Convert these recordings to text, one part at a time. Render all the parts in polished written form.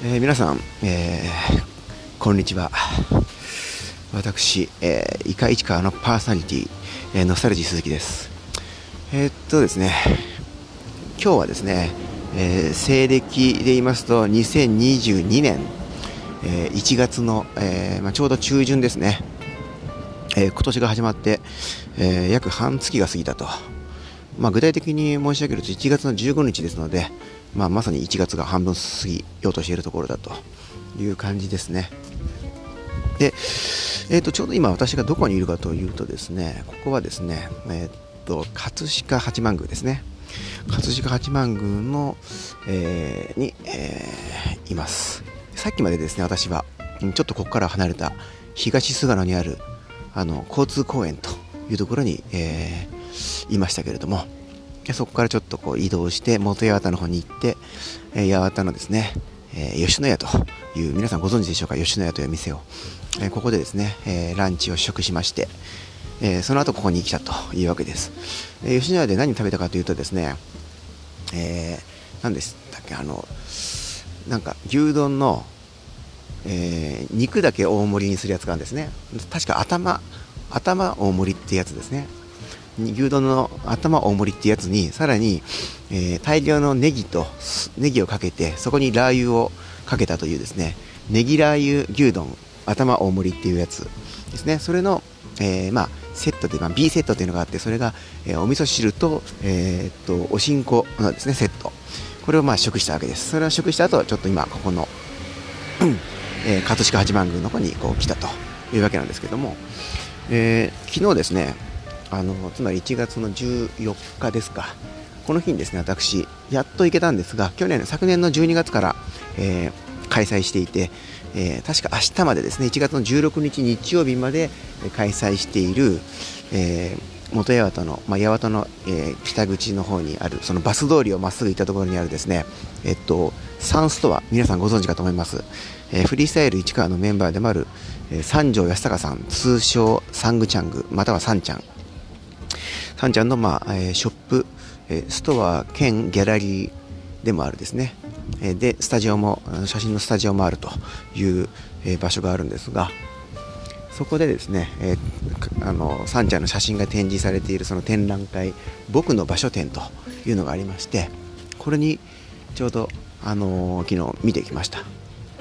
皆さん、こんにちは。私、イカ市川のパーソナリティ、ノスタルジー鈴木です。ですね、今日はですね、西暦で言いますと2022年、1月の、ちょうど中旬ですね。今年が始まって、約半月が過ぎたと。具体的に申し上げると1月の15日ですので、まさに1月が半分過ぎようとしているところだという感じですね。で、ちょうど今私がどこにいるかというとですね、ここはですね、葛飾八幡宮ですね。葛飾八幡宮の、に、います。さっきまでですね、私はちょっとここから離れた東菅野にある交通公園というところに、いましたけれども、そこからちょっとこう移動して元八幡の方に行って、八幡のですね、吉野家という、皆さんご存知でしょうか、吉野家という店を、ここでですね、ランチを試食しまして、その後ここに来たというわけです。吉野家で何食べたかというとですね、何でしたっけ、なんか牛丼の、肉だけ大盛りにするやつがあるんですね。確か頭大盛りってやつですね。牛丼の頭大盛りってやつにさらに、大量のネギをかけて、そこにラー油をかけたというですね、ネギラー油牛丼頭大盛りっていうやつですね。それの、セットで、B セットというのがあって、それが、お味噌汁と、おしんこのですねセット、これを試食したわけです。それを試食した後、ちょっと今ここの葛飾八幡宮の方にこう来たというわけなんですけども、昨日ですね、つまり1月の14日ですか、この日にですね、私やっと行けたんですが、昨年の12月から、開催していて、確か明日までですね、1月の16日日曜日まで開催している、元八幡の、八幡の、北口の方にあるそのバス通りをまっすぐ行ったところにあるですね、サンストア、皆さんご存知かと思います。フリースタイル市川のメンバーでもある、三条康隆さん、通称サングチャング、またはサンちゃんの、ショップ、ストア兼ギャラリーでもあるですね。でスタジオも、写真のスタジオもあるという、場所があるんですが、そこでですね、サンちゃんの写真が展示されているその展覧会、僕の場所展というのがありまして、これにちょうど、昨日見てきました。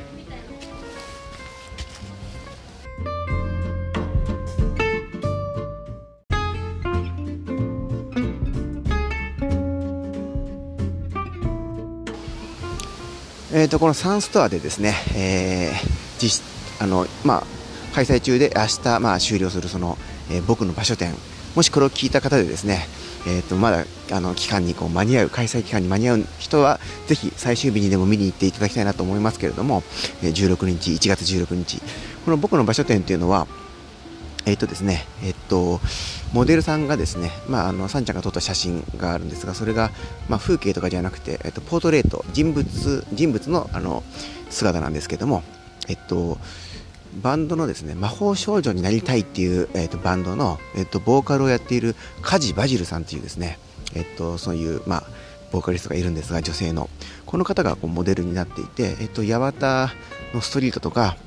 このサンストアでですね、開催中で明日、終了するその、僕の場所展、もしこれを聞いた方でですね、まだ期間に開催期間に間に合う人はぜひ最終日にでも見に行っていただきたいなと思いますけれども、1月16日、この僕の場所展というのは、ですね、モデルさんがですね、サンちゃんが撮った写真があるんですが、それが、風景とかじゃなくて、ポートレート、人物の、姿なんですけども、バンドのですね、魔法少女になりたいっていう、バンドの、ボーカルをやっている梶バジルさんというですね、そういう、ボーカリストがいるんですが、女性のこの方がこうモデルになっていて、八幡のストリートとか、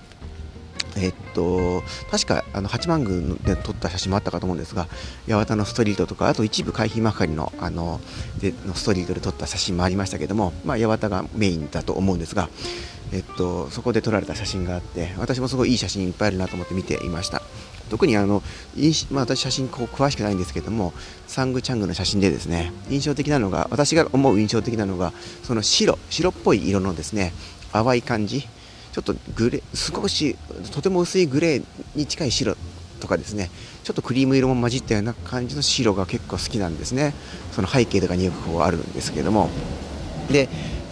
確か八幡宮で撮った写真もあったかと思うんですが、八幡のストリートとか、あと一部海浜幕張のストリートで撮った写真もありましたけども、八幡がメインだと思うんですが、そこで撮られた写真があって、私もすごいいい写真いっぱいあるなと思って見ていました。特に私写真詳しくないんですけども、サングチャングの写真でですね、私が思う印象的なのが、その白っぽい色のですね、淡い感じ、ちょっとグレー、少しとても薄いグレーに近い白とかですね、ちょっとクリーム色も混じったような感じの白が結構好きなんですね。その背景とかによくこうあるんですけれども、で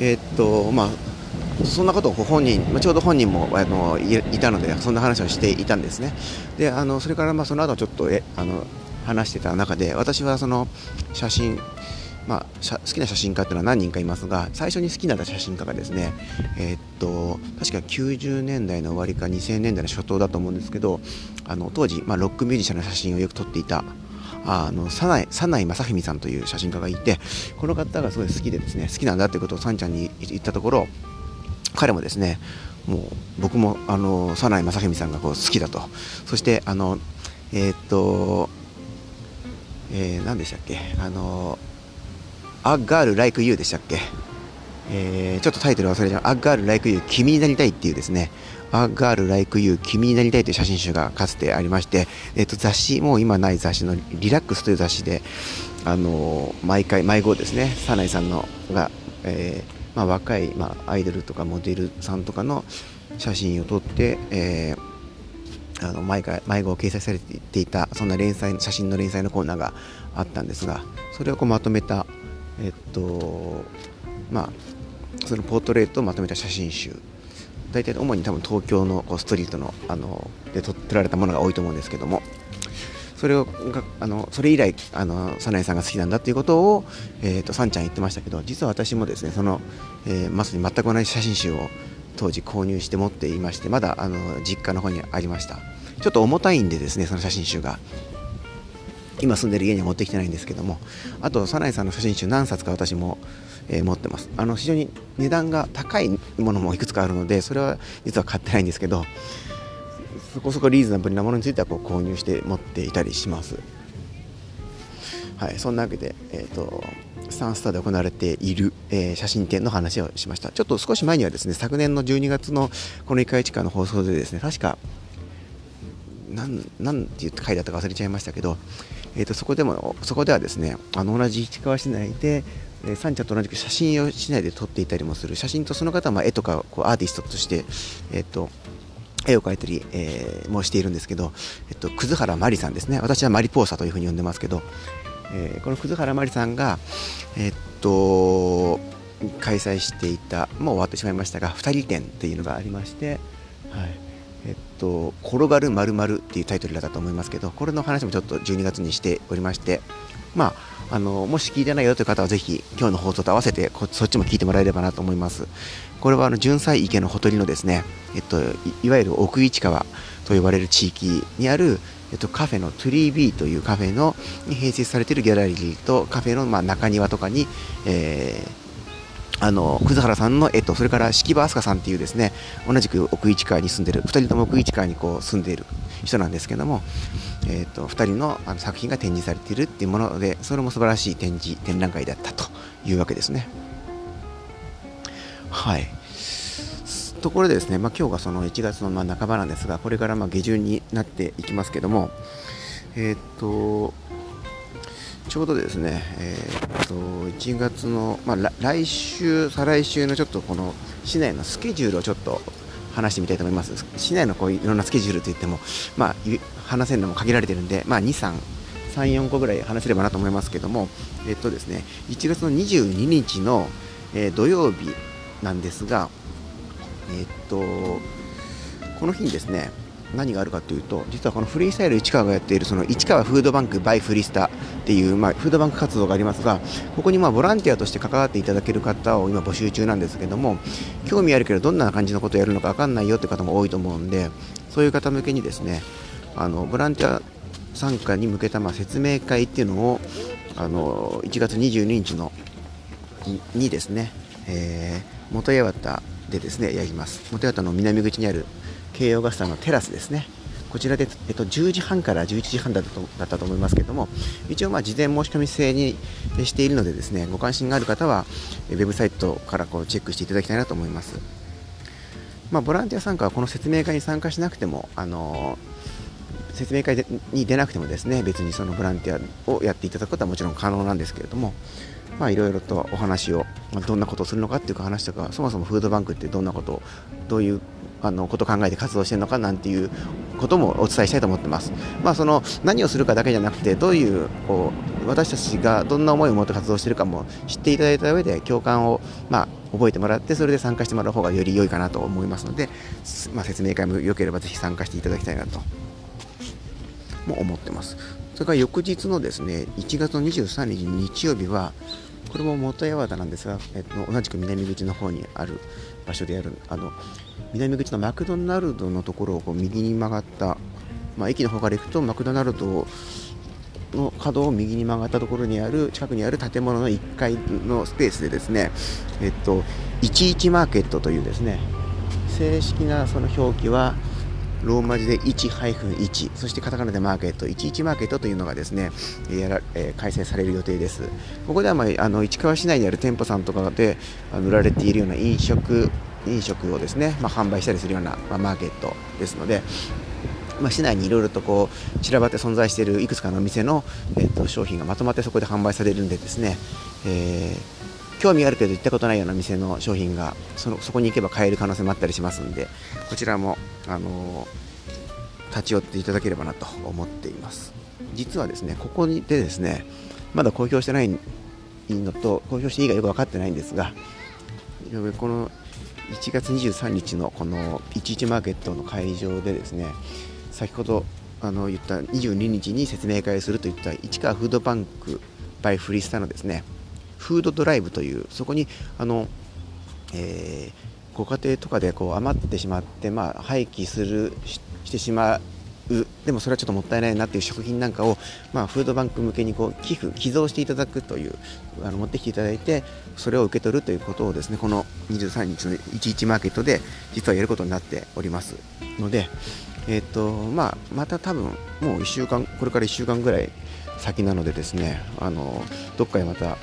そんなことをちょうど本人もいたので、そんな話をしていたんですね。でそれからその後ちょっと話してた中で、私はその写真、好きな写真家っていうのは何人かいますが、最初に好きな写真家がですね、確か90年代の終わりか2000年代の初頭だと思うんですけど、当時、ロックミュージシャンの写真をよく撮っていた早苗正文さんという写真家がいて、この方がすごい好きでですね、好きなんだということをサンちゃんに言ったところ、 彼もですね、もう僕も早苗正文さんが好きだと。そして何でしたっけ、アッガール・ライク・ユーでしたっけ、ちょっとタイトル忘れちゃう、アッガール・ライク・ユー君になりたいっていうですね、アッガール・ライク・ユー君になりたいという写真集がかつてありまして、雑誌、もう今ない雑誌のリラックスという雑誌で、毎号ですね、早苗さんのが、若い、アイドルとかモデルさんとかの写真を撮って、毎号掲載されていた、そんな写真の連載のコーナーがあったんですが、それをまとめた、そのポートレートをまとめた写真集、大体主に多分東京のストリートの、で撮られたものが多いと思うんですけども、それ以来早苗さんが好きなんだということを、さんちゃん言ってましたけど、実は私もですね、まさに全く同じ写真集を当時購入して持っていまして、まだ実家の方にありました。ちょっと重たいんでですね、その写真集が今住んでる家には持ってきてないんですけども、あと早苗さんの写真集何冊か私も、持ってます。非常に値段が高いものもいくつかあるので、それは実は買ってないんですけど、そこそこリーズナブルなものについては購入して持っていたりします。はい、そんなわけで、スタンスタで行われている、写真展の話をしました。ちょっと少し前にはですね、昨年の12月のこの1回市川の放送でですね、確かなんていう回だったか忘れちゃいましたけど、そこではですね、同じ市川市内で、サンちゃんと同じく写真を市内で撮っていたりもする、写真とその方は絵とかアーティストとして、絵を描いたり、もしているんですけど、葛原まりさんですね。私はマリポーサというふうに呼んでますけど、この葛原まりさんが、開催していた、もう終わってしまいましたが、2人展というのがありまして、はい、転がる〇〇っていうタイトルだったと思いますけど、これの話もちょっと12月にしておりまして、もし聞いてないよという方はぜひ今日の放送と合わせてそっちも聞いてもらえればなと思います。これは純菜池のほとりのですね、いわゆる奥市川と呼ばれる地域にある、カフェのトゥリービーというカフェのに併設されているギャラリーとカフェの中庭とかに、葛原さんの絵と、それから敷場飛鳥さんっていうですね、同じく奥市川に住んでいる、2人とも奥市川に住んでいる人なんですけども、2人の作品が展示されているっていうもので、それも素晴らしい展覧会だったというわけですね。はい。ところでですね、今日がその1月の半ばなんですが、これから下旬になっていきますけども、ちょうどですね、1月の、来週、再来週のちょっとこの市内のスケジュールをちょっと話してみたいと思います。市内のいろんなスケジュールといっても、話せるのも限られているんで、2、3、4個ぐらい話せればなと思いますけども、ですね、1月の22日の、土曜日なんですが、この日にですね、何があるかというと、実はこのフリースタイル市川がやっているその市川フードバンク by フリスタっていう、フードバンク活動がありますが、ここにボランティアとして関わっていただける方を今募集中なんですけども、興味あるけどどんな感じのことをやるのか分かんないよという方も多いと思うんで、そういう方向けにですね、ボランティア参加に向けた説明会っていうのを1月22日にですね、元八幡でですねやります。元八幡の南口にある京葉ガスタのテラスですね。こちらで、10時半から11時半だったと思いますけども、一応事前申し込み制にしているのでですね、ご関心がある方はウェブサイトからチェックしていただきたいなと思います。ボランティア参加はこの説明会に参加しなくても、説明会に出なくてもですね、別にそのボランティアをやっていただくことはもちろん可能なんですけれども、いろいろとお話を、どんなことをするのかっていう話とか、そもそもフードバンクってどういうことを考えて活動しているのかなんていうこともお伝えしたいと思ってます。その何をするかだけじゃなくて、どういう私たちがどんな思いを持って活動しているかも知っていただいた上で共感を覚えてもらって、それで参加してもらう方がより良いかなと思いますので、説明会も良ければぜひ参加していただきたいなとも思ってます。それから翌日のですね、1月の23日日曜日は、これも元八幡なんですが、同じく南口の方にある場所である南口のマクドナルドのところを右に曲がった、駅の方から行くとマクドナルドの角を右に曲がったところにある近くにある建物の1階のスペースでですね、11マーケットというですね、正式なその表記はローマ字で 1-1、そしてカタカナでマーケット、11マーケットというのがですね、開催される予定です。ここでは、市川市内にある店舗さんとかで売られているような飲食をですね、販売したりするような、マーケットですので、市内にいろいろと散らばって存在しているいくつかの店の、商品がまとまってそこで販売されるんでですね、興味があるけど行ったことないような店の商品がそこに行けば買える可能性もあったりしますので、こちらも、立ち寄っていただければなと思っています。実はですね、ここでですね、まだ公表してないのと公表していいかよく分かってないんですが、この1月23日のこの11マーケットの会場でですね、先ほど言った22日に説明会をするといった市川フードバンクバイフリースタのですね、フードドライブという、そこにご家庭とかで余ってしまって、廃棄してしまう、でもそれはちょっともったいないなっていう食品なんかを、フードバンク向けに寄贈していただくという、持ってきていただいてそれを受け取るということをですね、この23日の11マーケットで実はやることになっておりますので、また多分もうこれから1週間ぐらい先なのでですね、どっかでまた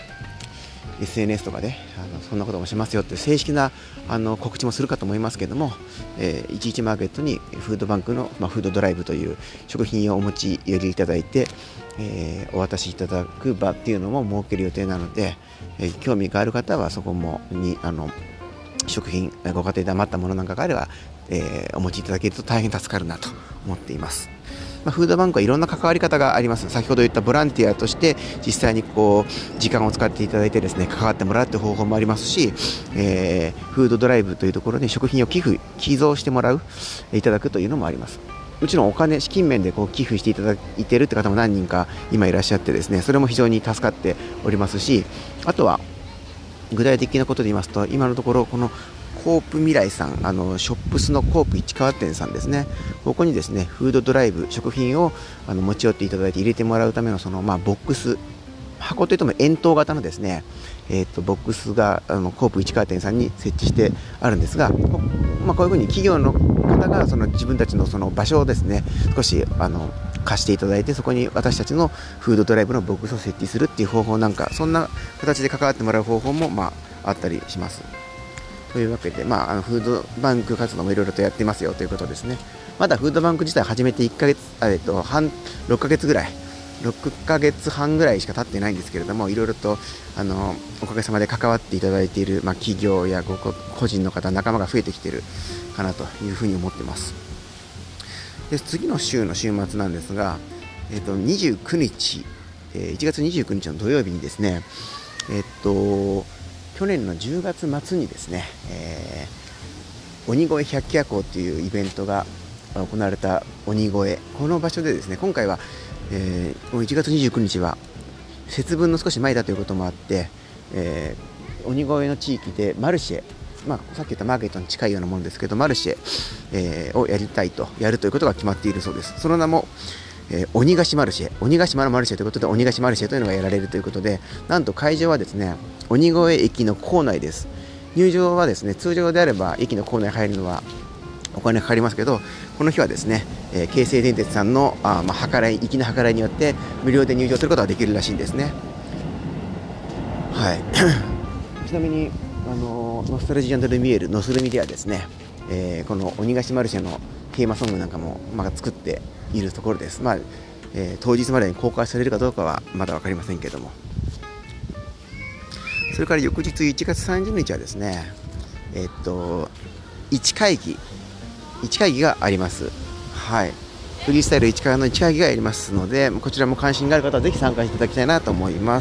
SNS とかでそんなこともしますよって正式な告知もするかと思いますけども、11マーケットにフードバンクの、フードドライブという食品をお持ち寄りいただいて、お渡しいただく場っていうのも設ける予定なので、興味がある方はそこに食品ご家庭で余ったものなんかがあれば、お持ちいただけると大変助かるなと思っています。フードバンクはいろんな関わり方があります。先ほど言ったボランティアとして実際に時間を使っていただいてですね、関わってもらうという方法もありますし、フードドライブというところに食品を寄贈していただくというのもあります。もちろん資金面で寄付していただいているって方も何人か今いらっしゃってですね、それも非常に助かっておりますし、あとは具体的なことで言いますと、今のところこのコープ未来さん、ショップスのコープ市川店さんですね、ここにですねフードドライブ食品を持ち寄っていただいて入れてもらうためのボックス、箱といっても円筒型のですね、ボックスがコープ市川店さんに設置してあるんですが、こういうふうに企業の方が自分たちの場所をですね少し貸していただいて、そこに私たちのフードドライブのボックスを設置するっていう方法なんか、そんな形で関わってもらう方法もあったりします。というわけで、フードバンク活動もいろいろとやってますよということですね。まだフードバンク自体始めて6ヶ月ぐらい、6ヶ月半ぐらいしか経ってないんですけれども、いろいろとおかげさまで関わっていただいている、企業や個人の方、仲間が増えてきているかなというふうに思っています。で、次の週の週末なんですが、29日、1月29日の土曜日にですね、去年の10月末にですね、鬼越百鬼夜行というイベントが行われた鬼越、この場所でですね、今回は、1月29日は節分の少し前だということもあって、鬼越の地域でマルシェ、さっき言ったマーケットに近いようなものですけど、マルシェ、をやるということが決まっているそうです。その名も鬼ヶ島マルシェ、鬼ヶ島のマルシェということで鬼ヶ島マルシェというのがやられるということで、なんと会場はですね鬼越駅の構内です。入場はですね、通常であれば駅の構内入るのはお金かかりますけど、この日はですね、京成電鉄さんの粋な計らいによって無料で入場することができるらしいんですね。はい。ちなみにノスタルジー&ルミエールノスルミではですね、この鬼ヶ島マルシェのテーマソングなんかも作っているところです。当日までに公開されるかどうかはまだ分かりませんけども、それから翌日1月30日はですね、1会議があります。はい。フリースタイル市川の1会議がありますので、こちらも関心がある方はぜひ参加していただきたいなと思います。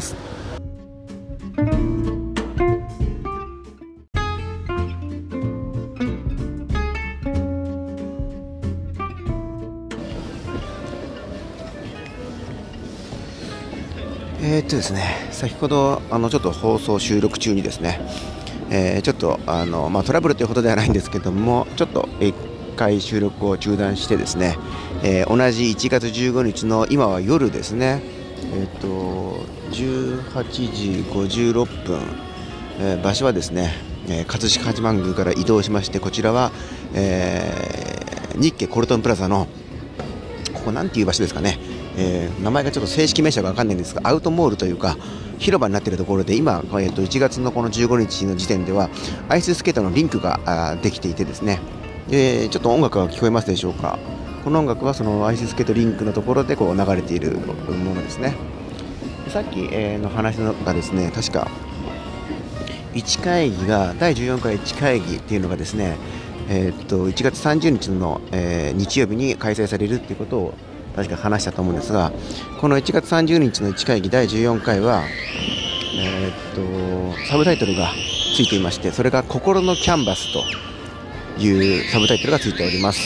ですね、先ほどちょっと放送収録中にですね、ちょっとトラブルということではないんですけども、ちょっと1回収録を中断してですね、同じ1月15日の今は夜ですね、 18時56分、場所はですね、葛飾八幡宮から移動しまして、こちらは、日経コルトンプラザのここなんていう場所ですかね、名前がちょっと正式名称が分かんないんですが、アウトモールというか広場になっているところで、今、1月のこの15日の時点ではアイススケートのリンクができていてですね、ちょっと音楽が聞こえますでしょうか。この音楽はそのアイススケートリンクのところでこう流れているものですね。さっきの話がですね、確か1会議が第14回1会議っていうのがですね、1月30日の、日曜日に開催されるっていうことを確か話したと思うんですが、この1月30日の1会議第14回は、サブタイトルがついていまして、それが心のキャンバスというサブタイトルがついております。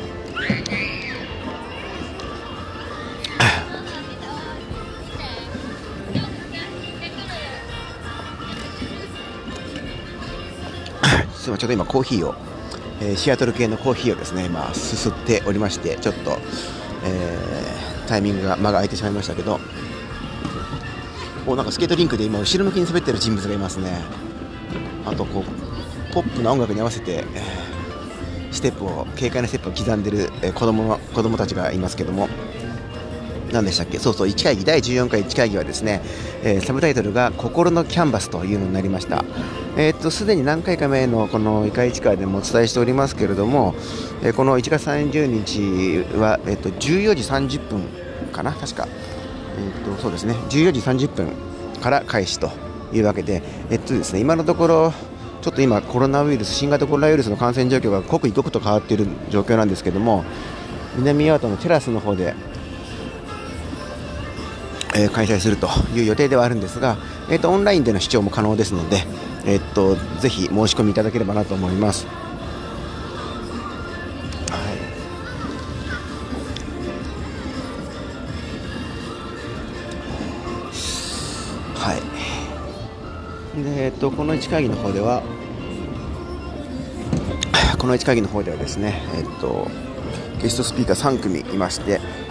ちょっと今コーヒーを、シアトル系のコーヒーをですね今すすっておりまして、ちょっと、タイミングが間が空いてしまいましたけど、なんかスケートリンクで今後ろ向きに滑っている人物がいますね。あとこうポップな音楽に合わせて、軽快なステップを刻んでいる、子供たちがいますけども、何でしたっけ。そうそう、1会議第14回1会議はですね、サブタイトルが心のキャンバスというのになりました。すでに何回か前のこのイカイチカでもお伝えしておりますけれども、この1月30日は、14時30分かな、確か、そうですね、14時30分から開始というわけで、ですね、今のところちょっと今新型コロナウイルスの感染状況が刻一刻と変わっている状況なんですけども、南アートのテラスの方で開催するという予定ではあるんですが、オンラインでの視聴も可能ですので、ぜひ申し込みいただければなと思います。はい。で、この1会議の方ではですね、ゲストスピーカー3組いまして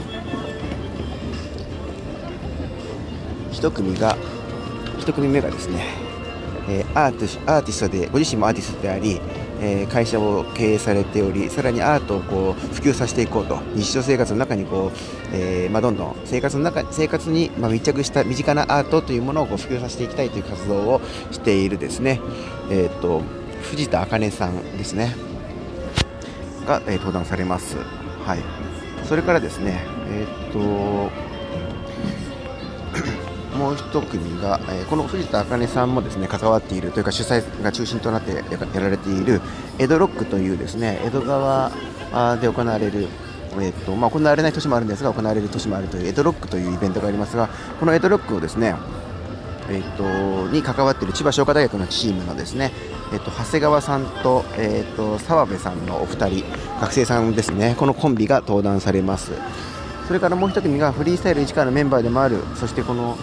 、1組目がですね、アーティストで、ご自身もアーティストであり、会社を経営されており、さらにアートをこう普及させていこうと、日常生活の中にこう、どんどん生活に密着した身近なアートというものをこう普及させていきたいという活動をしているですね、藤田茜さんですねが、登壇されます。はい。それからですね、もう一組が、この藤田茜さんもですね関わっているというか、主催が中心となってやられている江戸ロックというですね、江戸川で行われる、行われない年もあるんですが行われる年もあるという江戸ロックというイベントがありますが、この江戸ロックをですね、に関わっている千葉商科大学のチームのですね、長谷川さんと、澤部さんのお二人、学生さんですね、このコンビが登壇されます。それからもう一組がフリースタイル市川のメンバーでもある、そしてこの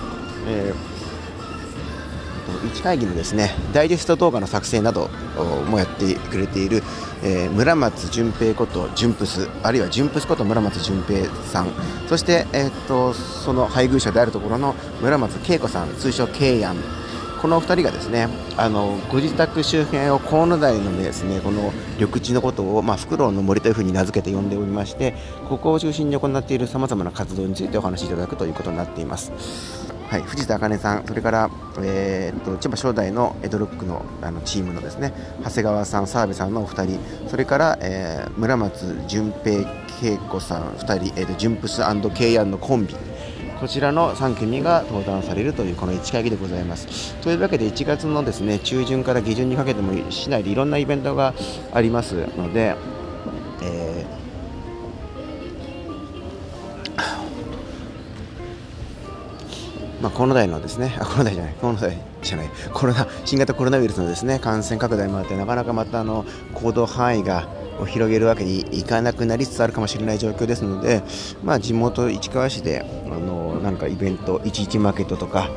1会議のですねダイジェスト動画の作成などもやってくれている、村松淳平ことジュンプス、あるいはジュンプスこと村松淳平さん、そして、その配偶者であるところの村松恵子さん、通称ケイヤン、この2人がですね、ご自宅周辺を河野台のですねこの緑地のことを、フクロウの森というふうに名付けて呼んでおりまして、ここを中心に行っているさまざまな活動についてお話しいただくということになっています。はい、藤田茜さん、それから、千葉商大のエドロックの、チームのですね長谷川さん、澤部さんのお二人、それから、村松淳平恵子さん2人、ジュンプス&ケイアンのコンビ、こちらの3組が登壇されるというこの1会議でございます。というわけで1月のですね中旬から下旬にかけても市内でいろんなイベントがありますので、新型コロナウイルスのですね感染拡大もあって、なかなかまた行動範囲が広げるわけにいかなくなりつつあるかもしれない状況ですので、地元市川市でなんかイベント、11マーケットとか、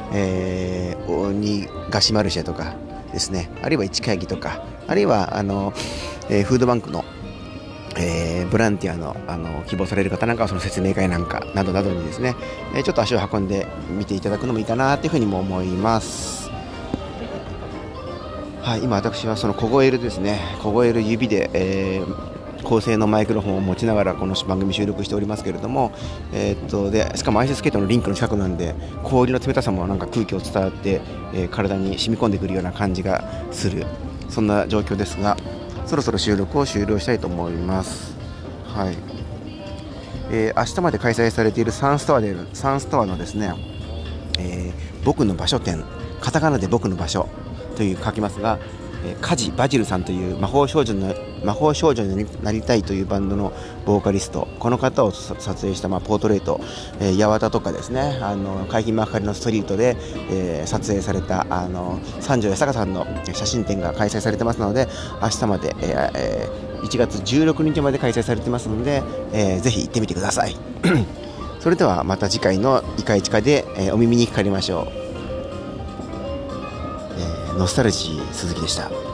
鬼菓子マルシェとかですね、あるいは1会議とか、あるいはフードバンクのボランティアの、希望される方なんかはその説明会なんかなどなどにですね、ちょっと足を運んで見ていただくのもいいかなというふうにも思います。はい、今私はその凍えるですね、凍える指で、高性能マイクロフォンを持ちながらこの番組収録しておりますけれども、でしかもアイススケートのリンクの近くなんで氷の冷たさもなんか空気を伝わって、体に染み込んでくるような感じがする、そんな状況ですが、そろそろ収録を終了したいと思います。はい、明日まで開催されているサンストアのですね、僕の場所展、カタカナで僕の場所という書きますが、カジ・バジルさんという魔法少女になりたいというバンドのボーカリスト、この方を撮影した、ポートレート、八幡とかですね、海浜幕張のストリートで、撮影された三条八坂さんの写真展が開催されてますので、明日まで、1月16日まで開催されてますので、ぜひ行ってみてくださいそれではまた次回のイカイチカで、お耳にかかりましょう。ノスタルジー鈴木でした。